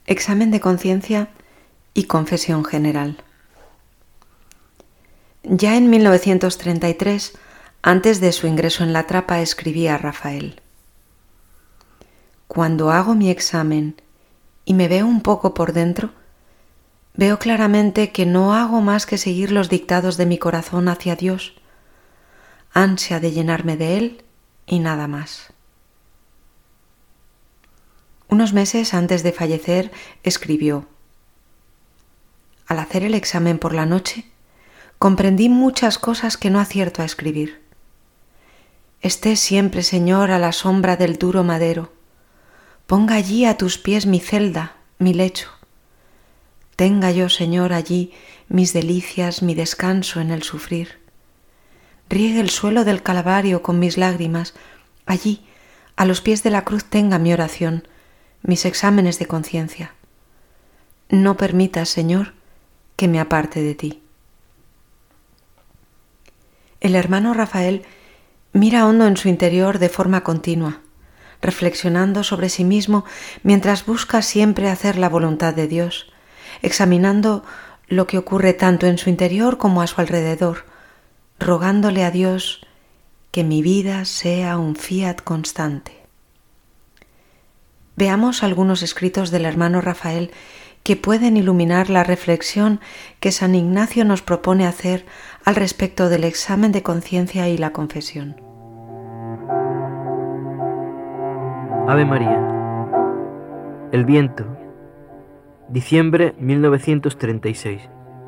Examen de conciencia y confesión general. Ya en 1933, antes de su ingreso en la trapa, escribí a Rafael: cuando hago mi examen y me veo un poco por dentro, veo claramente que no hago más que seguir los dictados de mi corazón hacia Dios, ansia de llenarme de Él y nada más. Unos meses antes de fallecer, escribió: al hacer el examen por la noche, comprendí muchas cosas que no acierto a escribir. Esté siempre, Señor, a la sombra del duro madero. Ponga allí a tus pies mi celda, mi lecho. Tenga yo, Señor, allí mis delicias, mi descanso en el sufrir. Riegue el suelo del Calvario con mis lágrimas. Allí, a los pies de la cruz, tenga mi oración, mis exámenes de conciencia. No permitas, Señor, que me aparte de ti. El hermano Rafael mira hondo en su interior de forma continua, reflexionando sobre sí mismo mientras busca siempre hacer la voluntad de Dios, examinando lo que ocurre tanto en su interior como a su alrededor, rogándole a Dios que mi vida sea un fiat constante. Veamos algunos escritos del hermano Rafael que pueden iluminar la reflexión que San Ignacio nos propone hacer al respecto del examen de conciencia y la confesión. Ave María. El viento. Diciembre 1936.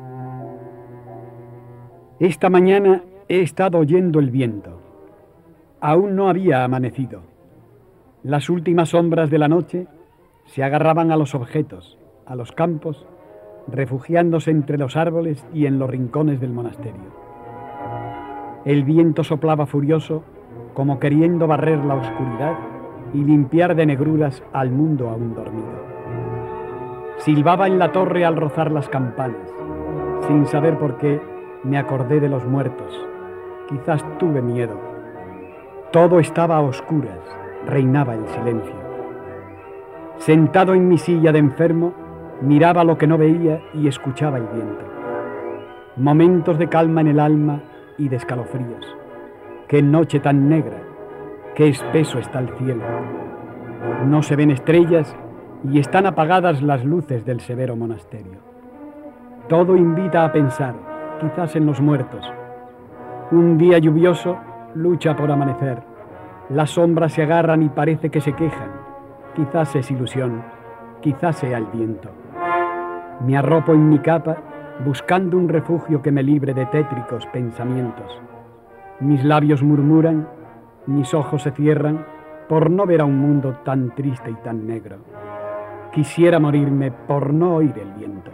Esta mañana he estado oyendo el viento. Aún no había amanecido. Las últimas sombras de la noche se agarraban a los objetos, a los campos, refugiándose entre los árboles y en los rincones del monasterio. El viento soplaba furioso, como queriendo barrer la oscuridad y limpiar de negruras al mundo aún dormido. Silbaba en la torre al rozar las campanas. Sin saber por qué, me acordé de los muertos. Quizás tuve miedo. Todo estaba a oscuras, reinaba el silencio. Sentado en mi silla de enfermo, miraba lo que no veía y escuchaba el viento. Momentos de calma en el alma y de escalofríos. Qué noche tan negra, qué espeso está el cielo. No se ven estrellas y están apagadas las luces del severo monasterio. Todo invita a pensar, quizás en los muertos. Un día lluvioso lucha por amanecer. Las sombras se agarran y parece que se quejan. Quizás es ilusión, quizás sea el viento. Me arropo en mi capa buscando un refugio que me libre de tétricos pensamientos. Mis labios murmuran, mis ojos se cierran por no ver a un mundo tan triste y tan negro. Quisiera morirme por no oír el viento.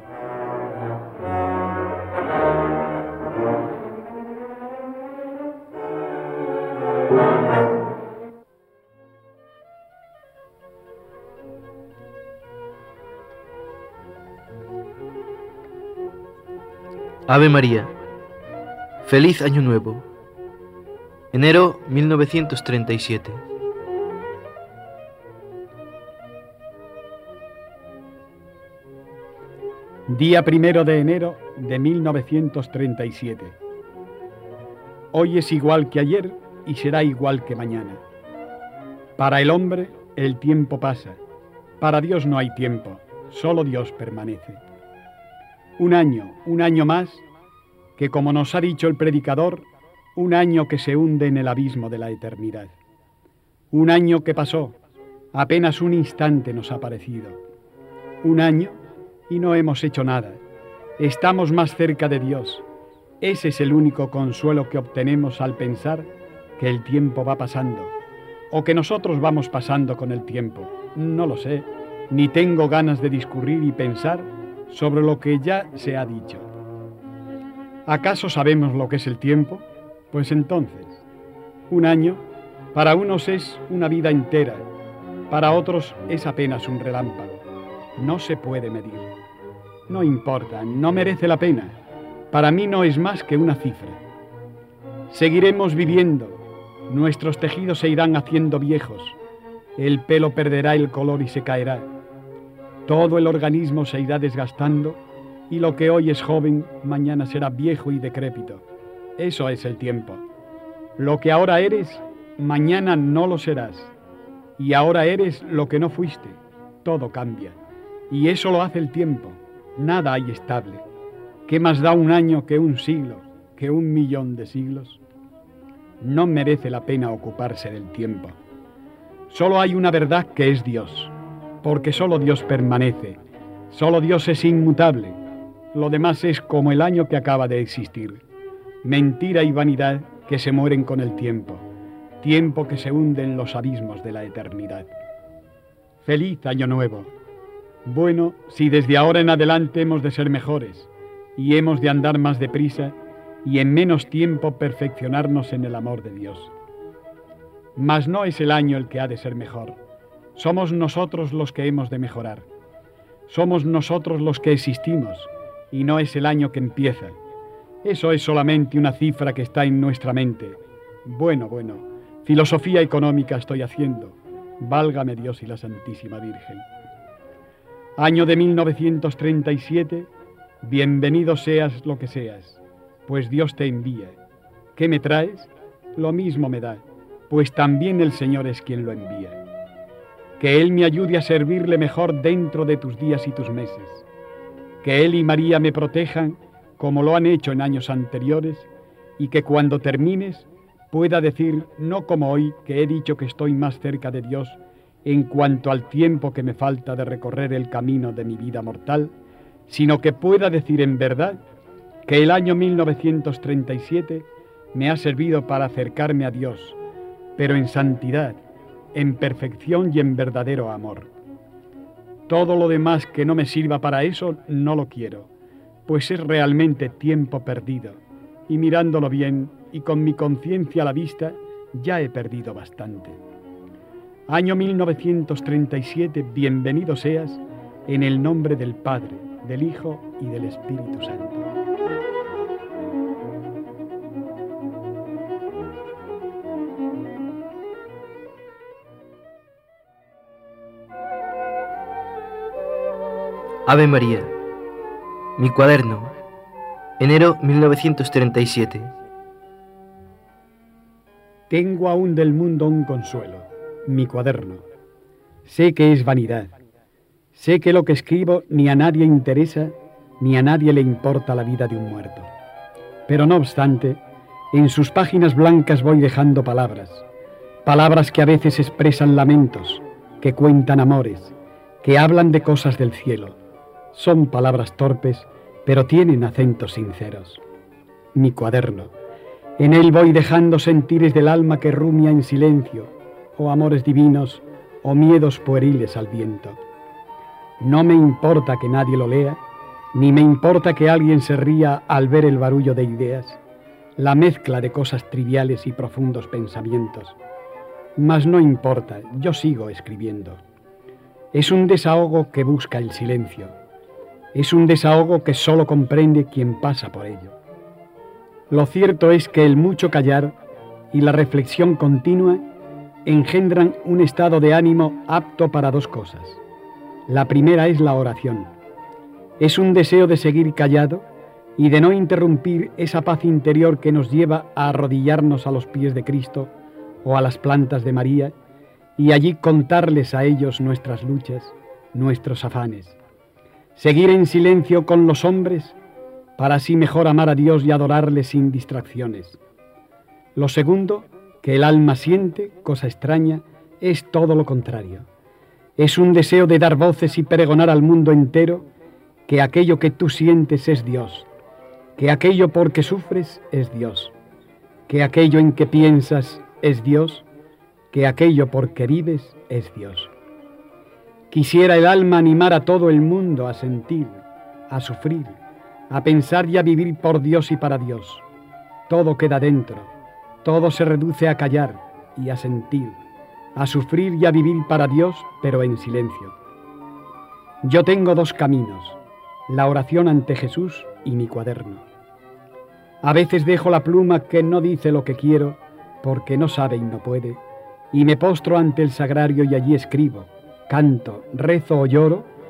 Ave María. Feliz Año Nuevo. Enero 1937. Día 1 de enero de 1937. Hoy es igual que ayer y será igual que mañana. Para el hombre el tiempo pasa, para Dios no hay tiempo, solo Dios permanece. Un año más, que como nos ha dicho el predicador, un año que se hunde en el abismo de la eternidad. Un año que pasó, apenas un instante nos ha parecido. Un año y no hemos hecho nada. Estamos más cerca de Dios. Ese es el único consuelo que obtenemos al pensar que el tiempo va pasando, o que nosotros vamos pasando con el tiempo. No lo sé, ni tengo ganas de discurrir y pensar sobre lo que ya se ha dicho. ¿Acaso sabemos lo que es el tiempo? Pues entonces, un año para unos es una vida entera, para otros es apenas un relámpago. No se puede medir. No importa, no merece la pena. Para mí no es más que una cifra. Seguiremos viviendo, nuestros tejidos se irán haciendo viejos, el pelo perderá el color y se caerá. Todo el organismo se irá desgastando y lo que hoy es joven, mañana será viejo y decrépito. Eso es el tiempo. Lo que ahora eres, mañana no lo serás. Y ahora eres lo que no fuiste. Todo cambia. Y eso lo hace el tiempo. Nada hay estable. ¿Qué más da un año que un siglo, que 1.000.000 de siglos? No merece la pena ocuparse del tiempo. Solo hay una verdad que es Dios, porque solo Dios permanece. Solo Dios es inmutable. Lo demás es como el año que acaba de existir. Mentira y vanidad que se mueren con el tiempo. Tiempo que se hunde en los abismos de la eternidad. Feliz Año Nuevo. Bueno, si desde ahora en adelante hemos de ser mejores y hemos de andar más deprisa y en menos tiempo perfeccionarnos en el amor de Dios. Mas no es el año el que ha de ser mejor. Somos nosotros los que hemos de mejorar. Somos nosotros los que existimos y no es el año que empieza. Eso es solamente una cifra que está en nuestra mente. Bueno, filosofía económica estoy haciendo. Válgame Dios y la Santísima Virgen. Año de 1937, bienvenido seas lo que seas, pues Dios te envía. ¿Qué me traes? Lo mismo me da, pues también el Señor es quien lo envía. Que Él me ayude a servirle mejor dentro de tus días y tus meses. Que Él y María me protejan como lo han hecho en años anteriores y que cuando termines pueda decir, no como hoy, que he dicho que estoy más cerca de Dios en cuanto al tiempo que me falta de recorrer el camino de mi vida mortal, sino que pueda decir en verdad que el año 1937 me ha servido para acercarme a Dios, pero en santidad, en perfección y en verdadero amor. Todo lo demás que no me sirva para eso no lo quiero, pues es realmente tiempo perdido, y mirándolo bien y con mi conciencia a la vista, ya he perdido bastante. Año 1937, bienvenido seas, en el nombre del Padre, del Hijo y del Espíritu Santo. Ave María. Mi cuaderno. Enero 1937. Tengo aún del mundo un consuelo, mi cuaderno. Sé que es vanidad. Sé que lo que escribo ni a nadie interesa, ni a nadie le importa la vida de un muerto. Pero no obstante, en sus páginas blancas voy dejando palabras. Palabras que a veces expresan lamentos, que cuentan amores, que hablan de cosas del cielo. Son palabras torpes, pero tienen acentos sinceros. Mi cuaderno. En él voy dejando sentires del alma que rumia en silencio, o amores divinos, o miedos pueriles al viento. No me importa que nadie lo lea, ni me importa que alguien se ría al ver el barullo de ideas, la mezcla de cosas triviales y profundos pensamientos. Mas no importa, yo sigo escribiendo. Es un desahogo que busca el silencio. Es un desahogo que solo comprende quien pasa por ello. Lo cierto es que el mucho callar y la reflexión continua engendran un estado de ánimo apto para dos cosas. La primera es la oración. Es un deseo de seguir callado y de no interrumpir esa paz interior que nos lleva a arrodillarnos a los pies de Cristo o a las plantas de María y allí contarles a ellos nuestras luchas, nuestros afanes. Seguir en silencio con los hombres para así mejor amar a Dios y adorarle sin distracciones. Lo segundo, que el alma siente, cosa extraña, es todo lo contrario. Es un deseo de dar voces y pregonar al mundo entero que aquello que tú sientes es Dios, que aquello por que sufres es Dios, que aquello en que piensas es Dios, que aquello por que vives es Dios. Quisiera el alma animar a todo el mundo a sentir, a sufrir, a pensar y a vivir por Dios y para Dios. Todo queda dentro, todo se reduce a callar y a sentir, a sufrir y a vivir para Dios, pero en silencio. Yo tengo dos caminos, la oración ante Jesús y mi cuaderno. A veces dejo la pluma que no dice lo que quiero, porque no sabe y no puede, y me postro ante el sagrario y allí escribo, canto, rezo o lloro,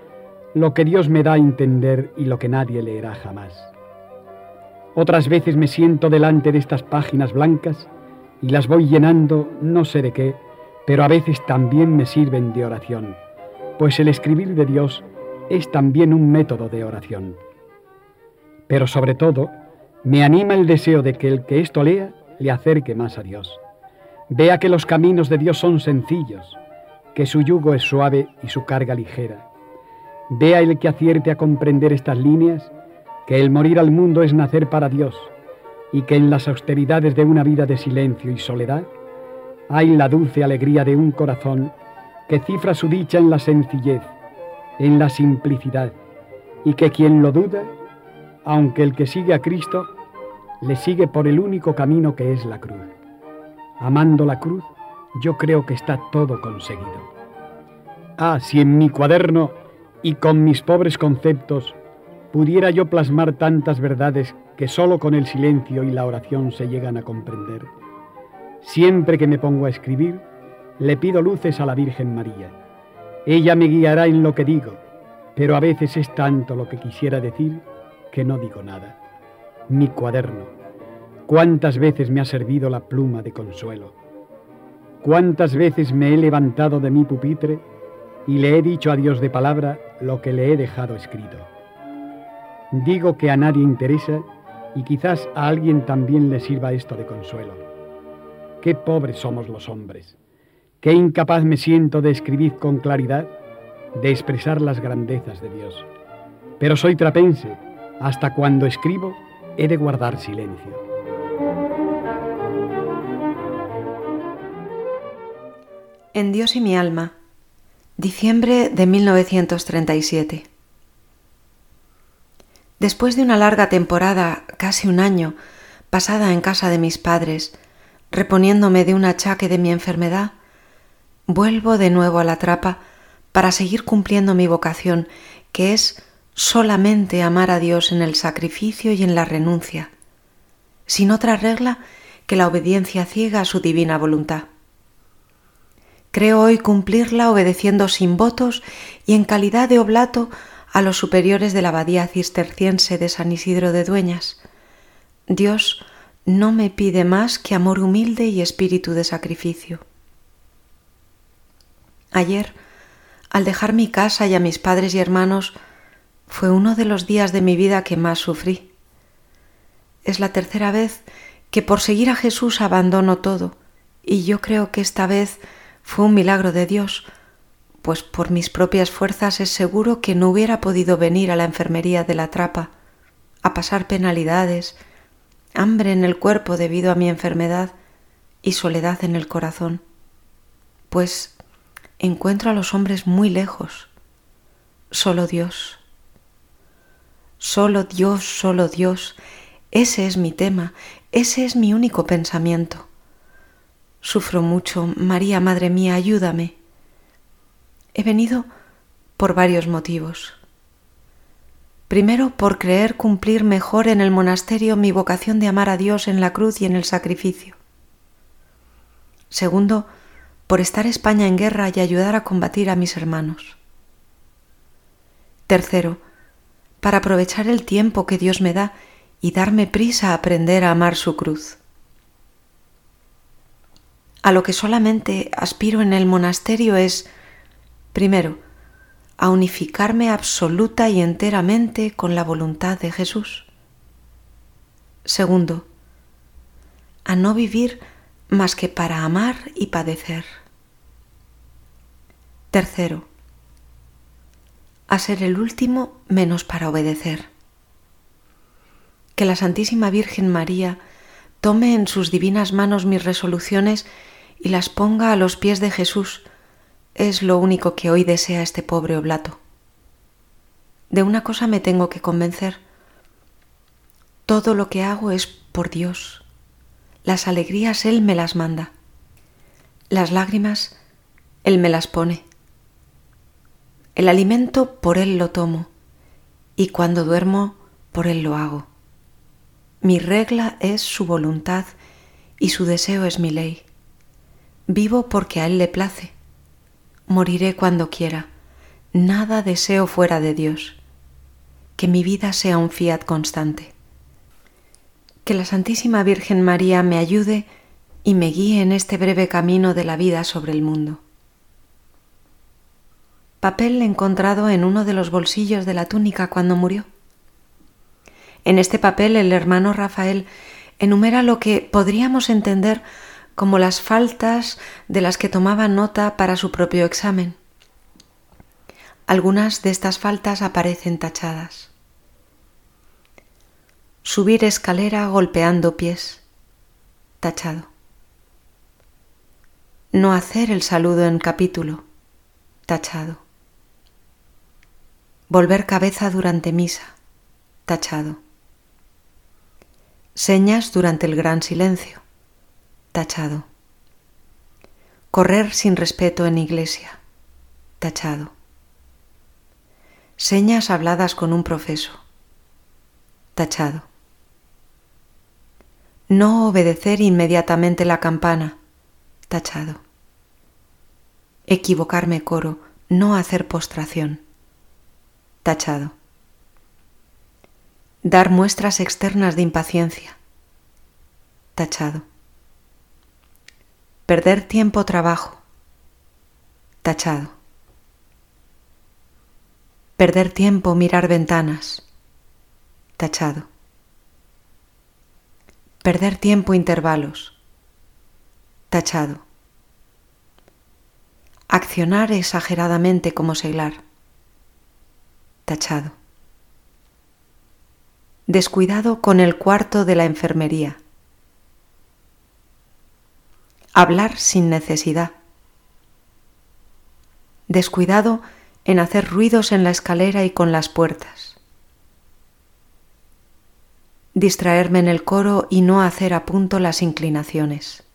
lo que Dios me da a entender y lo que nadie leerá jamás. Otras veces me siento delante de estas páginas blancas y las voy llenando no sé de qué, pero a veces también me sirven de oración, pues el escribir de Dios es también un método de oración. Pero sobre todo, me anima el deseo de que el que esto lea le acerque más a Dios. Vea que los caminos de Dios son sencillos, que su yugo es suave y su carga ligera. Vea el que acierte a comprender estas líneas, que el morir al mundo es nacer para Dios, y que en las austeridades de una vida de silencio y soledad hay la dulce alegría de un corazón que cifra su dicha en la sencillez, en la simplicidad, y que quien lo duda, aunque el que sigue a Cristo, le sigue por el único camino que es la cruz. Amando la cruz, yo creo que está todo conseguido. Ah, si en mi cuaderno y con mis pobres conceptos pudiera yo plasmar tantas verdades que solo con el silencio y la oración se llegan a comprender. Siempre que me pongo a escribir, le pido luces a la Virgen María. Ella me guiará en lo que digo, pero a veces es tanto lo que quisiera decir que no digo nada. Mi cuaderno, ¿cuántas veces me ha servido la pluma de consuelo? ¿Cuántas veces me he levantado de mi pupitre y le he dicho a Dios de palabra lo que le he dejado escrito? Digo que a nadie interesa y quizás a alguien también le sirva esto de consuelo. Qué pobres somos los hombres, qué incapaz me siento de escribir con claridad, de expresar las grandezas de Dios. Pero soy trapense, hasta cuando escribo he de guardar silencio. En Dios y mi alma, diciembre de 1937. Después de una larga temporada, casi un año, pasada en casa de mis padres, reponiéndome de un achaque de mi enfermedad, vuelvo de nuevo a la trapa para seguir cumpliendo mi vocación, que es solamente amar a Dios en el sacrificio y en la renuncia, sin otra regla que la obediencia ciega a su divina voluntad. Creo hoy cumplirla obedeciendo sin votos y en calidad de oblato a los superiores de la abadía cisterciense de San Isidro de Dueñas. Dios no me pide más que amor humilde y espíritu de sacrificio. Ayer, al dejar mi casa y a mis padres y hermanos, fue uno de los días de mi vida que más sufrí. Es la tercera vez que por seguir a Jesús abandono todo, y yo creo que esta vez fue un milagro de Dios, pues por mis propias fuerzas es seguro que no hubiera podido venir a la enfermería de la trapa, a pasar penalidades, hambre en el cuerpo debido a mi enfermedad y soledad en el corazón, pues encuentro a los hombres muy lejos. Solo Dios, solo Dios, solo Dios, ese es mi tema, ese es mi único pensamiento. Sufro mucho, María, Madre mía, ayúdame. He venido por varios motivos. Primero, por creer cumplir mejor en el monasterio mi vocación de amar a Dios en la cruz y en el sacrificio. Segundo, por estar España en guerra y ayudar a combatir a mis hermanos. Tercero, para aprovechar el tiempo que Dios me da y darme prisa a aprender a amar su cruz. A lo que solamente aspiro en el monasterio es, primero, a unificarme absoluta y enteramente con la voluntad de Jesús. Segundo, a no vivir más que para amar y padecer. Tercero, a ser el último menos para obedecer. Que la Santísima Virgen María tome en sus divinas manos mis resoluciones y las ponga a los pies de Jesús, es lo único que hoy desea este pobre oblato. De una cosa me tengo que convencer. Todo lo que hago es por Dios. Las alegrías Él me las manda. Las lágrimas Él me las pone. El alimento por Él lo tomo y cuando duermo por Él lo hago. Mi regla es su voluntad y su deseo es mi ley. Vivo porque a Él le place. Moriré cuando quiera, Nada deseo fuera de Dios. Que mi vida sea un fiat constante. Que la Santísima Virgen María me ayude y me guíe en este breve camino de la vida sobre el mundo. Papel encontrado en uno de los bolsillos de la túnica cuando murió. En este papel el hermano Rafael enumera lo que podríamos entender como las faltas de las que tomaba nota para su propio examen. Algunas de estas faltas aparecen tachadas. Subir escalera golpeando pies, tachado. No hacer el saludo en capítulo, tachado. Volver cabeza durante misa, tachado. Señas durante el gran silencio, tachado. Correr sin respeto en iglesia, tachado. Señas habladas con un profeso, tachado. No obedecer inmediatamente la campana, tachado. Equivocarme coro, no hacer postración, tachado. Dar muestras externas de impaciencia, tachado. Perder tiempo trabajo, tachado. Perder tiempo mirar ventanas, tachado. Perder tiempo intervalos, tachado. Accionar exageradamente como seglar, tachado. Descuidado con el cuarto de la enfermería. Hablar sin necesidad. Descuidado en hacer ruidos en la escalera y con las puertas. Distraerme en el coro y no hacer a punto las inclinaciones.